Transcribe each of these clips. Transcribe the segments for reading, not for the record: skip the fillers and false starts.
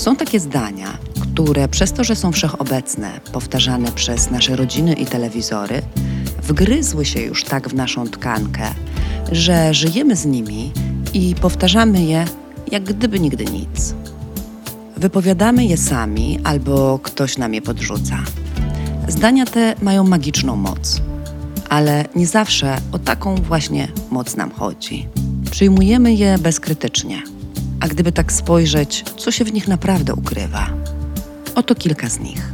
Są takie zdania, które przez to, że są wszechobecne, powtarzane przez nasze rodziny i telewizory, wgryzły się już tak w naszą tkankę, że żyjemy z nimi i powtarzamy je jak gdyby nigdy nic. Wypowiadamy je sami albo ktoś nam je podrzuca. Zdania te mają magiczną moc, ale nie zawsze o taką właśnie moc nam chodzi. Przyjmujemy je bezkrytycznie, a gdyby tak spojrzeć, co się w nich naprawdę ukrywa? Oto kilka z nich.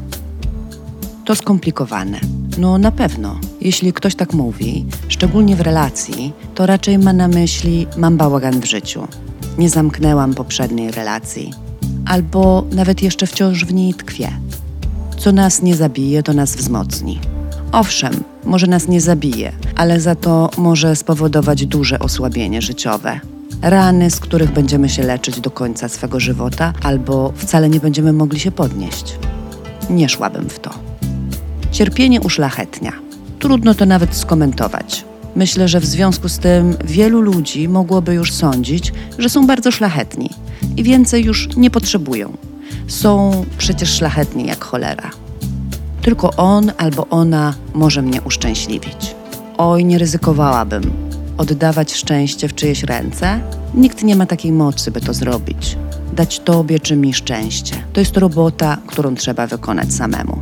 To skomplikowane. No na pewno, jeśli ktoś tak mówi, szczególnie w relacji, to raczej ma na myśli: mam bałagan w życiu, nie zamknęłam poprzedniej relacji, albo nawet jeszcze wciąż w niej tkwię. Co nas nie zabije, to nas wzmocni. Owszem, może nas nie zabije, ale za to może spowodować duże osłabienie życiowe. Rany, z których będziemy się leczyć do końca swego żywota, albo wcale nie będziemy mogli się podnieść. Nie szłabym w to. Cierpienie uszlachetnia. Trudno to nawet skomentować. Myślę, że w związku z tym wielu ludzi mogłoby już sądzić, że są bardzo szlachetni i więcej już nie potrzebują. Są przecież szlachetni jak cholera. Tylko on albo ona może mnie uszczęśliwić. Oj, nie ryzykowałabym. Oddawać szczęście w czyjeś ręce? Nikt nie ma takiej mocy, by to zrobić. Dać tobie czy mi szczęście. To jest robota, którą trzeba wykonać samemu.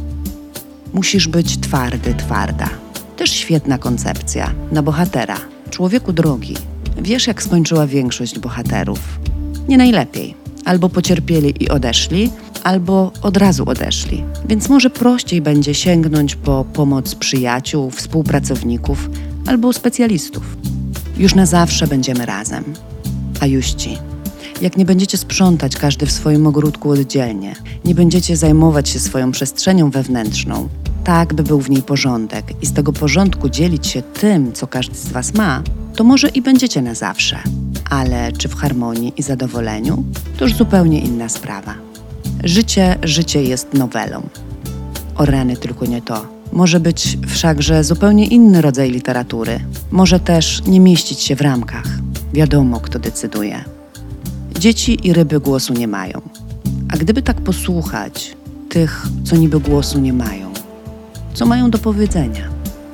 Musisz być twardy, twarda. Też świetna koncepcja. Na bohatera. Człowieku drogi, wiesz, jak skończyła większość bohaterów? Nie najlepiej. Albo pocierpieli i odeszli, albo od razu odeszli. Więc może prościej będzie sięgnąć po pomoc przyjaciół, współpracowników albo specjalistów. Już na zawsze będziemy razem. A juści, jak nie będziecie sprzątać każdy w swoim ogródku oddzielnie, nie będziecie zajmować się swoją przestrzenią wewnętrzną, tak by był w niej porządek i z tego porządku dzielić się tym, co każdy z was ma, to może i będziecie na zawsze. Ale czy w harmonii i zadowoleniu? To już zupełnie inna sprawa. Życie jest nowelą. O rany, tylko nie to. Może być wszakże zupełnie inny rodzaj literatury. Może też nie mieścić się w ramkach. Wiadomo, kto decyduje. Dzieci i ryby głosu nie mają. A gdyby tak posłuchać tych, co niby głosu nie mają, co mają do powiedzenia?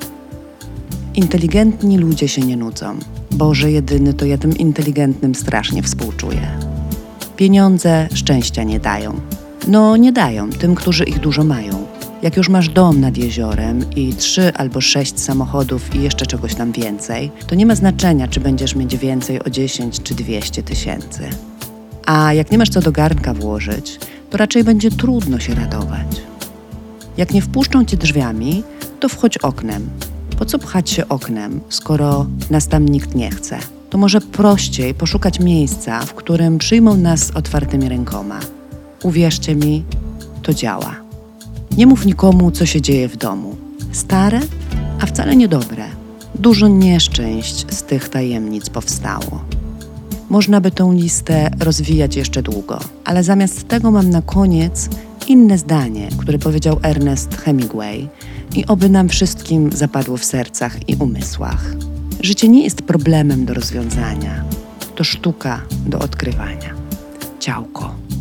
Inteligentni ludzie się nie nudzą. Boże jedyny, to ja tym inteligentnym strasznie współczuję. Pieniądze szczęścia nie dają. No nie dają tym, którzy ich dużo mają. Jak już masz dom nad jeziorem i 3 albo 6 samochodów i jeszcze czegoś tam więcej, to nie ma znaczenia, czy będziesz mieć więcej o 10 czy 200 tysięcy. A jak nie masz co do garnka włożyć, to raczej będzie trudno się radować. Jak nie wpuszczą cię drzwiami, to wchodź oknem. Po co pchać się oknem, skoro nas tam nikt nie chce? To może prościej poszukać miejsca, w którym przyjmą nas z otwartymi rękoma. Uwierzcie mi, to działa. Nie mów nikomu, co się dzieje w domu. Stare, a wcale niedobre. Dużo nieszczęść z tych tajemnic powstało. Można by tę listę rozwijać jeszcze długo, ale zamiast tego mam na koniec inne zdanie, które powiedział Ernest Hemingway i oby nam wszystkim zapadło w sercach i umysłach. Życie nie jest problemem do rozwiązania, to sztuka do odkrywania. Ciałko.